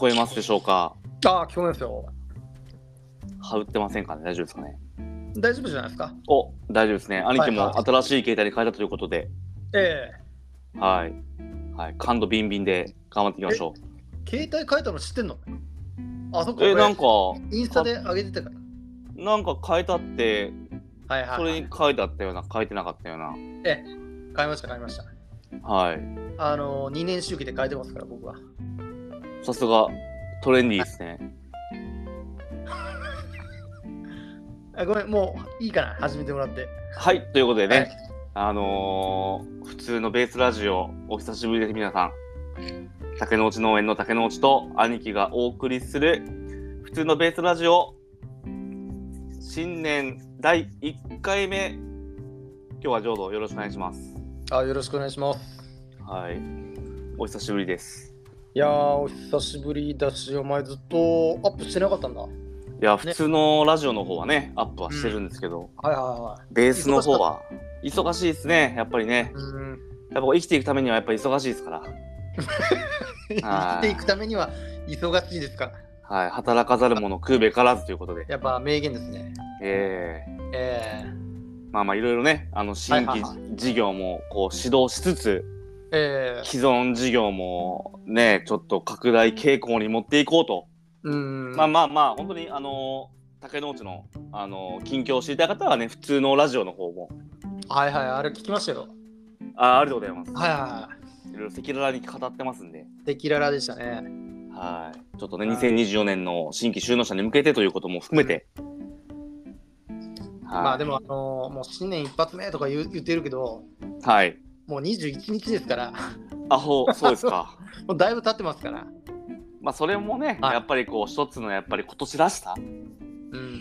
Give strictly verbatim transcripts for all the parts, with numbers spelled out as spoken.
こえますでしょうか。 ああ、聞こえますよ。 はうってませんかね。大丈夫ですかね。 大丈夫じゃないですか。 お、大丈夫ですね。兄貴もはいはい新しい携帯に変えたということで、 えはいはい、感度ビンビンで頑張っていきましょう。 え携帯変えたの知ってんの？あ、そっか。 え、 俺なんかインスタで上げてたから。 なんか変えたって、 はいはい、はい。 それに書いてあったような、書いてなかったような。 ええ、変えました変えました。 はい。 あのにねん周期で変えてますから僕は。 さすがトレンディーですね。 あ、ごめん、もういいかな、始めてもらって。 はい、ということでね、 はい、 あのー、普通のベースラジオ、お久しぶりです皆さん。竹之内農園の竹之内と兄貴がお送りする普通のベースラジオ、新年だいいっかいめ、今日は浄土よろしくお願いします。 あ、よろしくお願いします。 はい、お久しぶりです。 いやー、お久しぶりだし、お前ずっとアップしてなかったんだ。 いや、普通のラジオの方はね、アップはしてるんですけど、 はいはいはい。 ベースの方は忙しいですね、やっぱりね。 うん。 やっぱ生きていくためにはやっぱり忙しいですから。 生きていくためには忙しいですから。 はい、働かざる者食うべからずということで。 やっぱ名言ですね。 えー、 えまあまあいろいろね、あの新規事業もこう指導しつつ、 ー、えー、 既存事業もね、ちょっと拡大傾向に持っていこうと。 うん。 まあまあまあ、本当にあの竹之内のあの近況を知りたい方はね、普通のラジオの方も。 はいはい、あれ聞きましたよ。 あ、ありがとうございます。 はいはい。 いろいろ赤裸々に語ってますんで。 赤裸々でしたね。 はい。ちょっとね、にせんにじゅうよねんの新規就農者に向けてということも含めて。 はい、まあでも、あのー、もう新年一発目とか言う言ってるけど、 はい。 もうにじゅういちにちですから。 あ、ほう、そうですか。 もうだいぶ経ってますから。 まあそれもね、 はい、 やっぱりこう一つのやっぱり今年らしさ。 うん。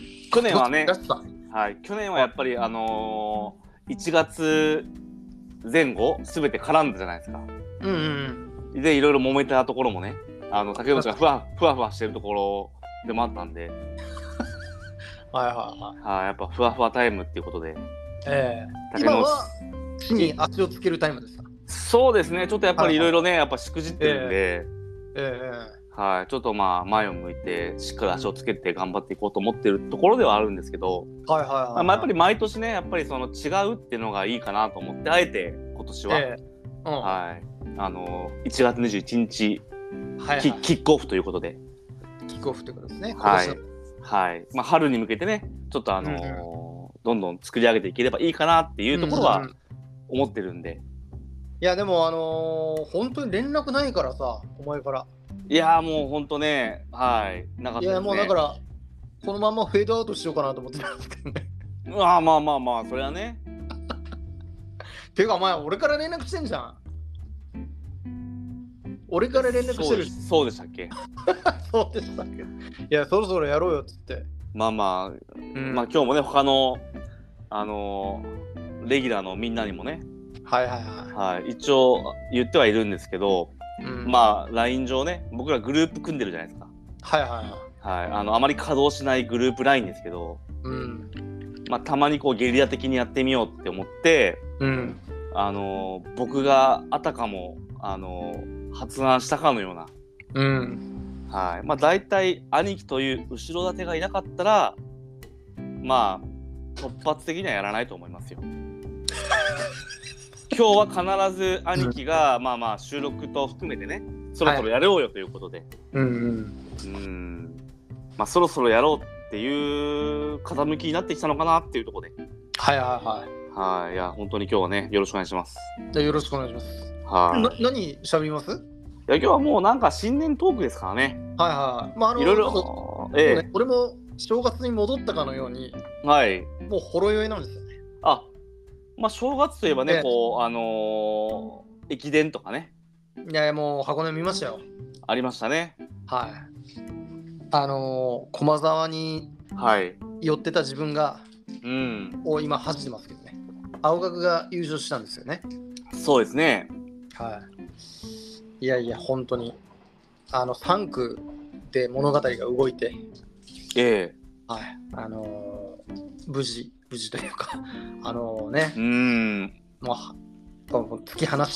去年はね、 はい、去年はやっぱりあのー、いちがつぜん後すべて絡んだじゃないですか。 うんうんうん。 でいろいろ揉めたところもね、あの竹内がふわふわふわしてるところでもあったんで、 はいはいはい。 はい、やっぱふわふわタイムっていうことで。 ええー。今は地に足をつけるタイムですか？ そうですね、ちょっとやっぱりいろいろね、やっぱしくじってるんで、えええー。 はい、ちょっとまあ前を向いてしっかり足をつけて頑張っていこうと思ってるところではあるんですけど、 はいはいはい、はい、 まあ、やっぱり毎年ね、やっぱりその違うっていうのがいいかなと思って、あえて今年は、えーうん、はい、あのいちがつにじゅういちにち、はいはい、キ, キックオフということで、 キックオフということですね。 はいはい、まあ、春に向けてね、ちょっとあのーうんうん、どんどん作り上げていければいいかなっていうところは思ってるんで、うんうん、 いやでもあのー、本当に連絡ないからさ、お前から。 いやもうほんとね、はい、なかったですね。 いやもうだからこのままフェードアウトしようかなと思ってたんですけどね。 まあまあまあまあ、それはね。 てかお前俺から連絡してんじゃん。俺から連絡してる。 そうでしたっけ？ そうでしたっけ？いやそろそろやろうよっつって。 まあまあ、うん、まあ今日もね他のあのー、レギュラーのみんなにもね、 はいはいはい、 はい、一応言ってはいるんですけど、うん、まあ ライン 上ね、僕らグループ組んでるじゃないですか。 はいはいはい。 はい、あのあまり稼働しないグループ ライン ですけど、うん、まあたまにこうゲリラ的にやってみようって思って、うん、あのー、僕があたかもあのー、発案したかのような、うん、はい、まあ大体兄貴という後ろ盾がいなかったら、まあ突発的にはやらないと思いますよ。今日は必ず兄貴が、うん、まあまあ収録と含めてね、そろそろやろうよということで、はい、うんうん、うんまあそろそろやろうっていう風向きになってきたのかなっていうところで、 はいはいはい、はい、いや本当に今日はねよろしくお願いします。 よろしくお願いします。 はい。 な何喋ります？ いや今日はもうなんか新年トークですからね。 はいはい。まああのいろいろ、ええね、俺も正月に戻ったかのように、 はい。 もうほろ酔いなんですよね。 あ、まあ正月といえばね、ええ、こうあのー、駅伝とかね。 いやもう箱根見ましたよ。 ありましたね。 はい。あのー、駒沢に寄ってた自分が、うん、を今走ってますけどね。青学が優勝したんですよね。 そうですね。 はい。いやいや本当にあのさん区で物語が動いて、 ええ、 はい。あのー、無事無事というかあのね、 うん、 もう突き放して、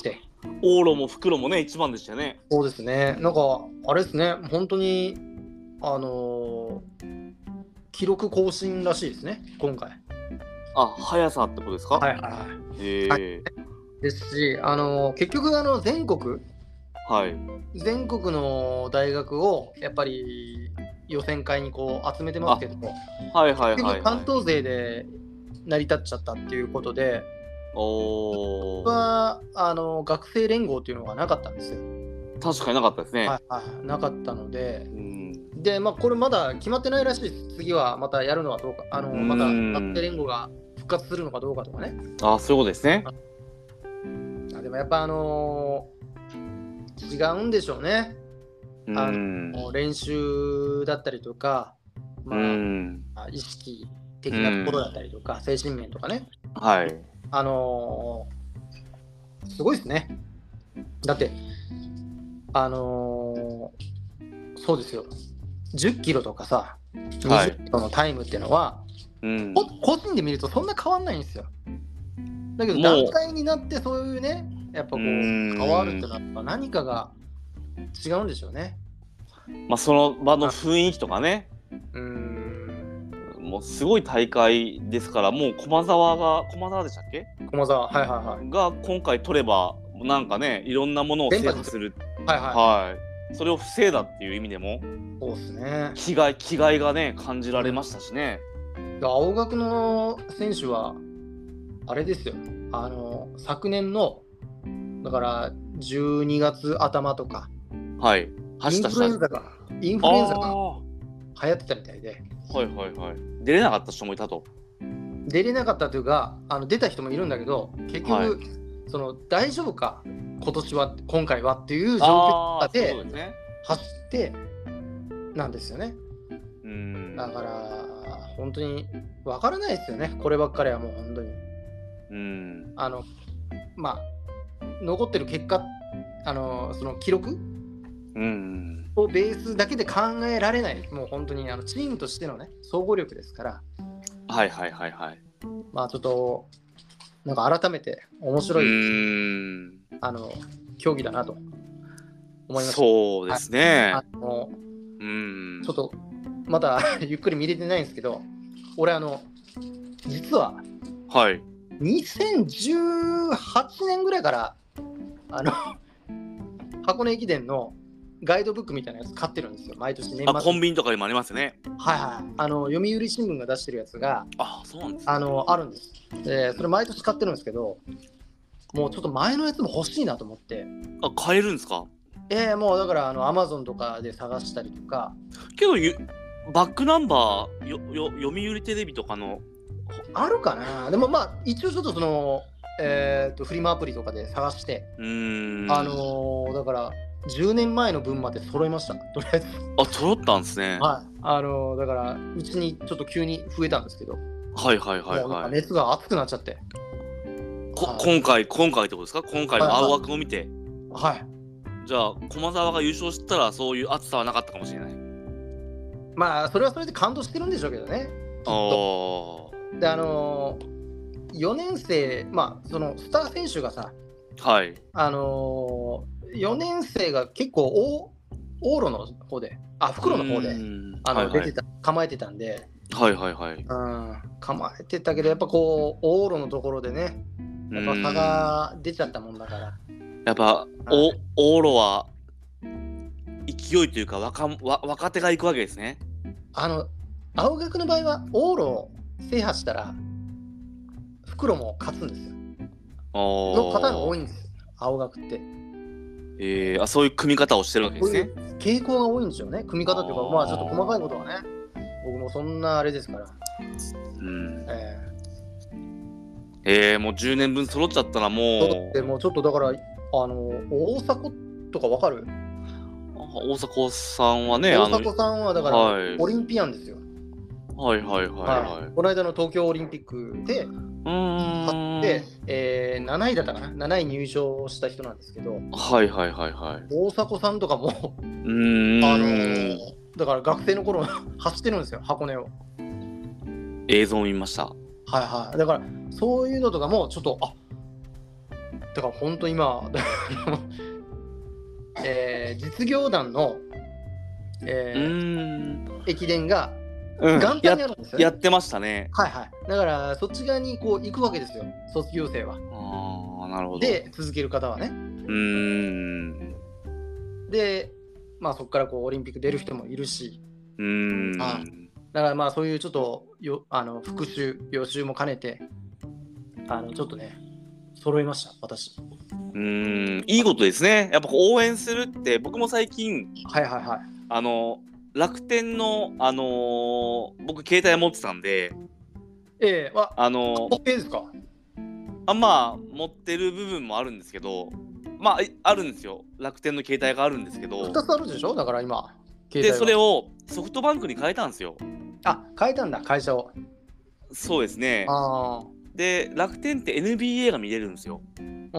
往路も袋もね一番でしたよね。 そうですね。なんかあれですね、本当にあのー、記録更新らしいですね今回。 あ、速さってことですか？ はいはいはい。 えー、 はい、ですし、あのー、結局あの全国、 はい、 全国の大学をやっぱり予選会にこう集めてますけども、 はいはいはいはい、 結局関東勢で成り立っちゃったっていうことで、 おー、 はあの学生連合っていうのがなかったんですよ。 確かになかったですね。 はいはい、なかったので、 うん、 でまあこれまだ決まってないらしいです。次はまたやるのはどうか、あのまた学生連合が復活するのかどうかとかね。 あ、そういうことですね。 あでもやっぱあのー、違うんでしょうね。あの練習だったりとか、まあ、意識的なところだったりとか、精神面とかね。 はい。 あのー、すごいですね。だってあのー、そうですよ。じゅっキロとかさ、にじゅっキロのタイムっていうのは、はい、うん、個人で見るとそんな変わんないんですよ。だけど団体になってそういうね、やっぱこう変わるってのは何かが違うんでしょうね。 まあその場の雰囲気とかね。うーん、もうすごい大会ですから、もう駒澤が駒澤でしたっけ？ 駒澤、はいはいはい。 が今回取ればなんかね、いろんなものを制覇する。はいはい。はい。それを防いだっていう意味でも、 そうですね。 気概気概がね感じられましたしね。 うん、青学の選手はあれですよ。あの昨年のだからじゅうにがつ頭とか、 はい、 インフルエンザがインフルエンザが流行ってたみたいで、 はいはいはい、出れなかった人もいたと。 出れなかったというか、あの出た人もいるんだけど、結局、はい、その大丈夫か今年は今回はっていう状況で走ってなんですよね。うーん、だから本当に分からないですよね、こればっかりはもう本当に。うーん、あのまあ残ってる結果、あのその記録、うん、をベースだけで考えられない、もう本当にあのチームとしてのね総合力ですから。 はいはいはいはい。 まあちょっとなんか改めて面白い、うーん、あの競技だなと思いました。 そうですね。あのうーん、ちょっとまだゆっくり見れてないんですけど、俺あの実は、はい、にせんじゅうはちねんぐらいからあの箱根駅伝のガイドブックみたいなやつ買ってるんですよ、毎年年末。 あ、コンビニとかにもありますね。 はいはい。あの読売新聞が出してるやつが、 あ、そうなんです、ね、 あのあるんです。で、それ毎年買ってるんですけど、もうちょっと前のやつも欲しいなと思って。 あ、買えるんですか？ えー、もうだからあの Amazon とかで探したりとか。 けどバックナンバーよよ読売テレビとかのあるかな。でもまあ一応ちょっとそのえー、とフリマアプリとかで探して、うーん、あのー、だからじゅうねんまえの分まで揃いました、とりあえず。 あ、揃ったんですね。 はい。あのー、だからうちにちょっと急に増えたんですけど、 はいはいはいはい。 もう熱が熱くなっちゃって。 こ今回今回ってことですか？今回の青学を見て。 はい。はい、 じゃあ駒澤が優勝したらそういう熱さはなかったかもしれない。 まあそれはそれで感動してるんでしょうけどね。きっと。で、あのー、よねん生、まあそのスター選手がさ、はい、あのー、よねん生が結構大往路の方で、あ、袋の方であの、はいはい、出てた、構えてたんで、はいはいはい、うん、構えてたけどやっぱこう往路のところでね、やっぱ差が出ちゃったもんだから。 やっぱ、お往路は勢いというか 若, わ若手が行くわけですね。 あの青学の場合は往路を制覇したら袋も勝つんですよ。のパターンが多いんですよ、青学って。 えー、あ、そういう組み方をしてるわけですね。 傾向が多いんでしょうね、組み方っていうか、まあちょっと細かいことはね、僕もそんなあれですから。うん。えー、えー、もうじゅうねんぶん揃っちゃったらもう。 でもうちょっとだから、あの大迫とかわかる？ 大迫さんはね、 大迫さんはだから、はい、オリンピアンですよ。 はいはいはいはい。はい、 この間の東京オリンピックで、勝って、えー、なないだったかな、なない入賞した人なんですけど、 はいはいはいはい。 大迫さんとかも、うーん、あのー、だから学生の頃走ってるんですよ、箱根を。 映像を見ました。 はいはい。だからそういうのとかもちょっと、あ、 だから本当今、えー、実業団の、えー、駅伝が元旦にあるんですよ、ね、 や, やってましたね。 はいはい。だからそっち側にこう行くわけですよ、卒業生は。 ああ、なるほど。 で続ける方はね。 うーん。 で、まあそこからこうオリンピック出る人もいるし。 うーん。 ああ、だからまあそういうちょっとよあの復習予習も兼ねて、あのちょっとね揃いました私。 うーん、いいことですね。やっぱ応援するって僕も最近、 はいはいはい。 あの楽天のあのー、僕携帯持ってたんで、 ええー、 あのー、ですか。 あまあ持ってる部分もあるんですけど、まああるんですよ。楽天の携帯があるんですけど。 ふたつあるでしょ。だから今でそれをソフトバンクに変えたんですよ。 あ、変えたんだ会社を。 そうですね。 あで楽天って エヌビーエー が見れるんですよ。 うん。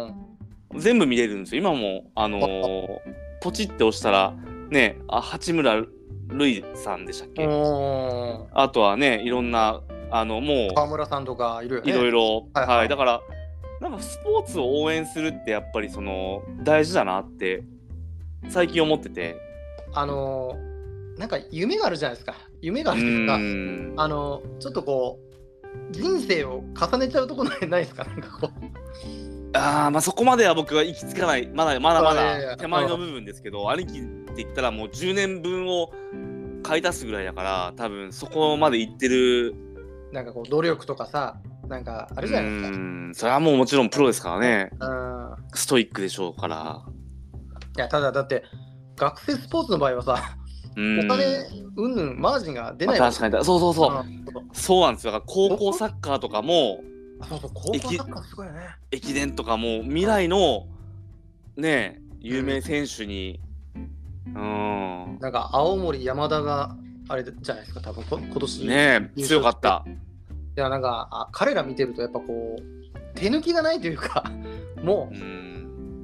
全部見れるんですよ。今もあのー、ポチって押したらね、あ八村塁さんでしたっけ。あとはねいろんなあのもう川村さんとかいるよね。 いろいろ、 はいはい、 はい、だからなんかスポーツを応援するってやっぱりその大事だなって最近思ってて、 あのー、なんか夢があるじゃないですか。夢があるというか、うあのー、ちょっとこう人生を重ねちゃうとこないないですか。なんかこうあまあそこまでは僕は行き着かない、まだまだまだ手前の部分ですけど、兄貴って言ったらもうじゅうねんぶんを買い足すぐらいだから多分そこまで行ってる。 なんかこう努力とかさ、なんかあるじゃないですか。 うん、それはもうもちろんプロですからね。 うん、 ストイックでしょうから。 いやただだって学生スポーツの場合はさ、うんお金うんぬんマージンが出ない、 まあ、確かにそうそうそう、うん、そうなんですよ。だから高校サッカーとかもそうそう高校サッカーすごいよね。 駅伝とかも未来のね有名選手に、うん、うん、 なんか青森山田があれじゃないですか多分今年ね強かった。 いやなんかあ彼ら見てるとやっぱこう手抜きがないというかもう、うん、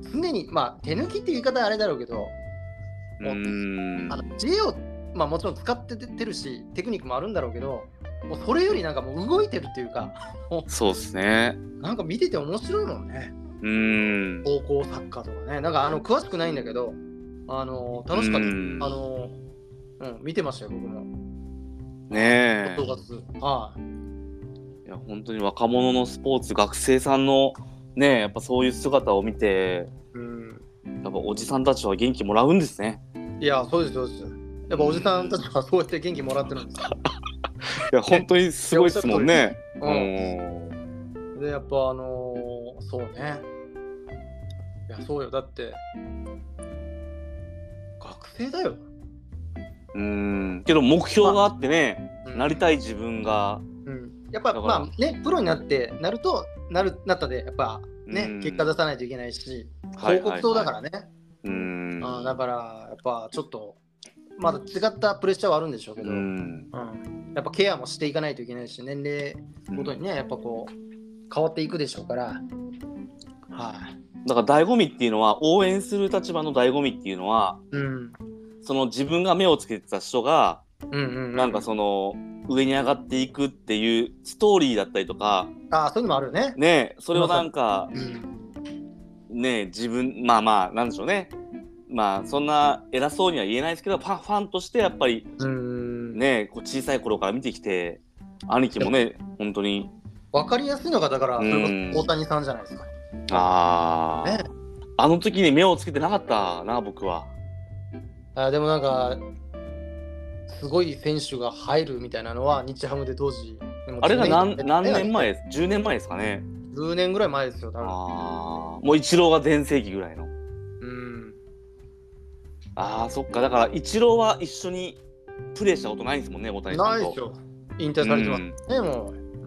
常にまあ手抜きっていう言い方はあれだろうけど、もううんあの知恵を、まあ、もちろん使っててるしテクニックもあるんだろうけど、もうそれよりなんかもう動いてるっていうかそうですね。 なんか見てて面白いもんね。 うーん高校サッカーとかね、なんかあの詳しくないんだけどあの楽しかった。あのうん見てましたよ僕もねえ。 はい。 いや本当に若者のスポーツ学生さんのねやっぱそういう姿を見て、うん、やっぱおじさんたちは元気もらうんですね。 いやそうですそうです。やっぱおじさんたちはそうやって元気もらってるんですよ。 いや本当にすごいですもんね。 うん、でやっぱあのー、そうね。いやそうよ、だって学生だよ。 うーんけど目標があってね、まあ、なりたい自分が、 うん、やっぱまあねプロになってなるとなるなったでやっぱね結果出さないといけないし広告塔だからね。はいはいはい、うーんあだからやっぱちょっとまだ違ったプレッシャーはあるんでしょうけど、うん、うん、やっぱケアもしていかないといけないし年齢ごとにねやっぱこう変わっていくでしょうから、はい、あ、 だから醍醐味っていうのは応援する立場の醍醐味っていうのは、うん、その自分が目をつけてた人が、うんうんうん、なんかその上に上がっていくっていうストーリーだったりとか、 あそういうのもあるね。 ねそれをなんか、うん、ね自分まあまあなんでしょうね。まあそんな偉そうには言えないですけどファン、ファンとしてやっぱりねこう小さい頃から見てきて兄貴もね本当に分かりやすいのがだからそれこそ大谷さんじゃないですか。 ああ、ね、あの時に目をつけてなかったな僕は。 あでもなんかすごい選手が入るみたいなのは日ハムで当時あれが 何, 何年前ですじゅうねんまえですかね。 じゅうねんぐらい前ですよ多分。 あもうイチローが全盛期ぐらいの。うんあーそっかだからイチローは一緒にプレーしたことないんですもんね大谷さんと。 ないですよ引退されてますね、うん、もう、うん、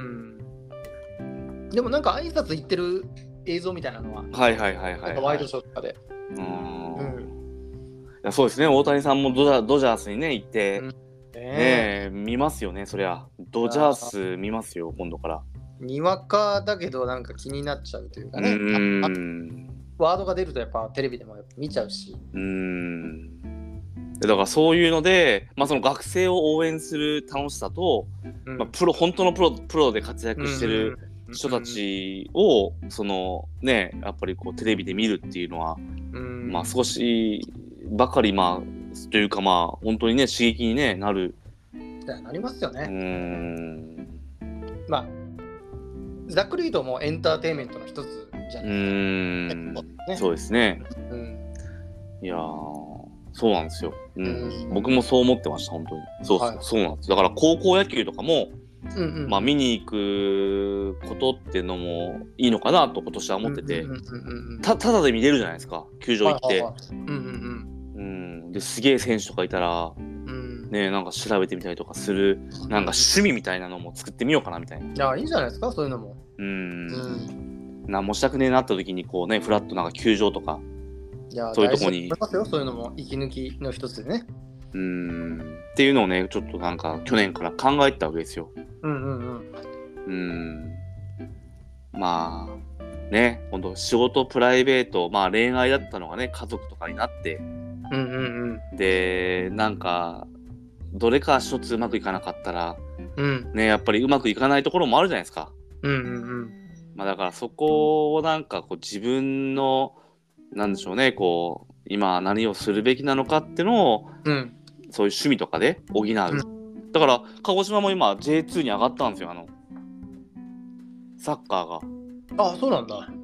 でもなんか挨拶行ってる映像みたいなのははいはいはいはい、はい、 ワイドショーとかでうん、 うん、いやそうですね大谷さんもドジャドジャースにね行って、うん、ねえ見ますよねそりゃドジャース見ますよ今度から。 にわかだけどなんか気になっちゃうというかね。うんワードが出るとやっぱテレビでも見ちゃうし。 うーんだからそういうので、まあ、その学生を応援する楽しさと、うんまあ、プロ本当のプロプロで活躍してる人たちをそのねやっぱりこうテレビで見るっていうのは、うん、まあ少しばかりまあというかまあ本当にね刺激に、ね、なる。 なりますよね。うーんまあざっくり言うともうエンターテインメントの一つじゃないですか。うーん、ね、そうですね。うん、いやそうなんですよ、うんうん、僕もそう思ってました本当に。そうそう、はい、そうなんです。だから高校野球とかも、うんうん、まあ見に行くことっていうのもいいのかなと今年は思ってて、ただで見れるじゃないですか球場行って。ですげえ選手とかいたら、うん、ねなんか調べてみたりとかする、なんか趣味みたいなのも作ってみようかなみたいな。 いやいいんじゃないですかそういうのも。うん、 うん、なんもしたくねえなった時にこうねフラッとなんか球場とかいやそういうとこにますよそういうのも息抜きの一つでね。 うんっていうのをねちょっとなんか去年から考えてたわけですよ。うんうんうん。うんまあね本当仕事プライベートまあ恋愛だったのがね家族とかになって、うんうんうん、でなんかどれか一つうまくいかなかったら、うんね、やっぱりうまくいかないところもあるじゃないですか。うんうんうんまあ、だからそこをなんかこう自分のなんでしょうねこう今何をするべきなのかっていうのを、うん、そういう趣味とかで補う、うん、だから鹿児島も今 ジェイツー に上がったんですよあのサッカーが。 あそうなんだ。はい。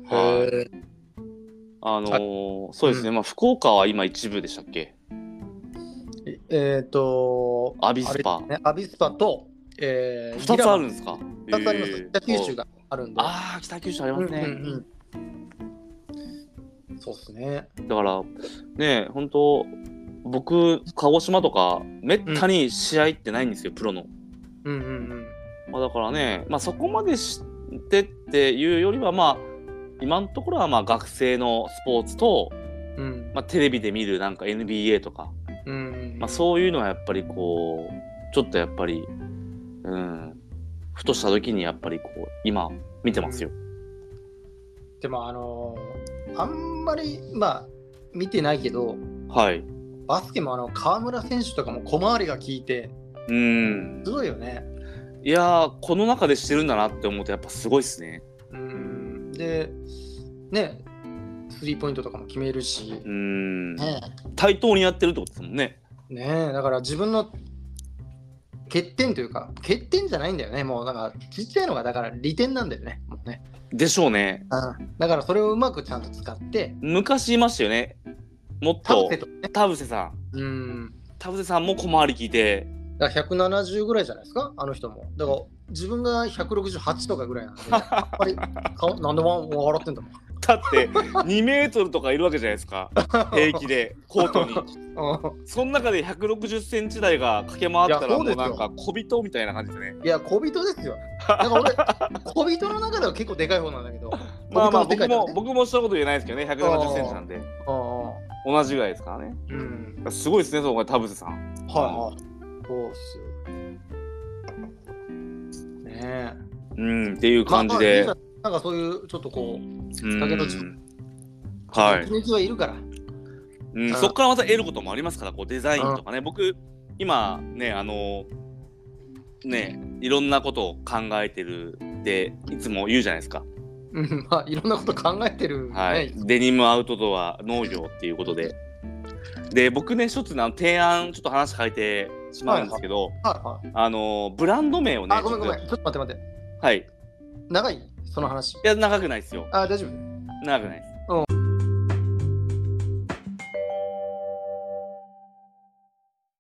あのー、そうですね、うん、まあ福岡は今一部でしたっけ。 えっ、ー、とアビスパ、 ね、アビスパと、えー、 ふたつあるんですか。 ふたつあります。北九州があるんで。 ああ北九州ありますね。うんうんうん、そうですね。 だからね本当僕鹿児島とかめったに試合ってないんですよ、うん、プロの。うんうんうんまあ、だからね、まあ、そこまで知ってっていうよりはまあ今のところはまあ学生のスポーツと、うんまあ、テレビで見るなんか エヌビーエー とか、うんまあ、そういうのはやっぱりこうちょっとやっぱり、うん、ふとした時にやっぱりこう今見てますよ。 でもあのー、あんまりまあ見てないけど、はい、バスケもあの河村選手とかも小回りが効いて、うん、すごいよね。 いやーこの中でしてるんだなって思うとやっぱすごいっすね。 うんでねスリーポイントとかも決めるし、うん、 ね、対等にやってるってことですもんね。 ねえだから自分の欠点というか欠点じゃないんだよね。もうなんかちっちゃいのがだから利点なんだよね。もうねでしょうね。 うん、だからそれをうまくちゃんと使って昔いましたよねもっと田臥さん、うん、田臥さんも小回り聞いてだからひゃくななじゅうぐらいじゃないですかあの人も。だから自分がひゃくろくじゅうはちとかぐらいなんでやっぱり顔なんでも笑ってんだもん。 だってにメートルとかいるわけじゃないですか平気でコートにその中でひゃくろくじゅっセンチ台が駆け回ったらもうなんか小人みたいな感じですね。 いや小人ですよ。なんか俺小人の中では結構でかい方なんだけどまあまあ僕も僕もしたこと言えないですけどねひゃくななじゅっセンチなんで同じぐらいですからね。うん、すごいですねそこが田臥さん。 はいはい。そうっすよ。ねえ。 うんっていう感じで。まあまあなんかそういうちょっとこうきっかけのはい気持ちはいるから、 うん、そこからまた得ることもありますからこうデザインとかね僕今ねあのねいろんなことを考えてるっていつも言うじゃないですか。 うんまあいろんなこと考えてる、ねはい、デニムアウトドア農業っていうことでで僕ね一つの提案ちょっと話変えてしまうんですけど、はいはいはい、あのブランド名をねあごめんごめんちょっと待って待ってはい長いその話。いや長くないですよ。 あ大丈夫。 長くないです。うん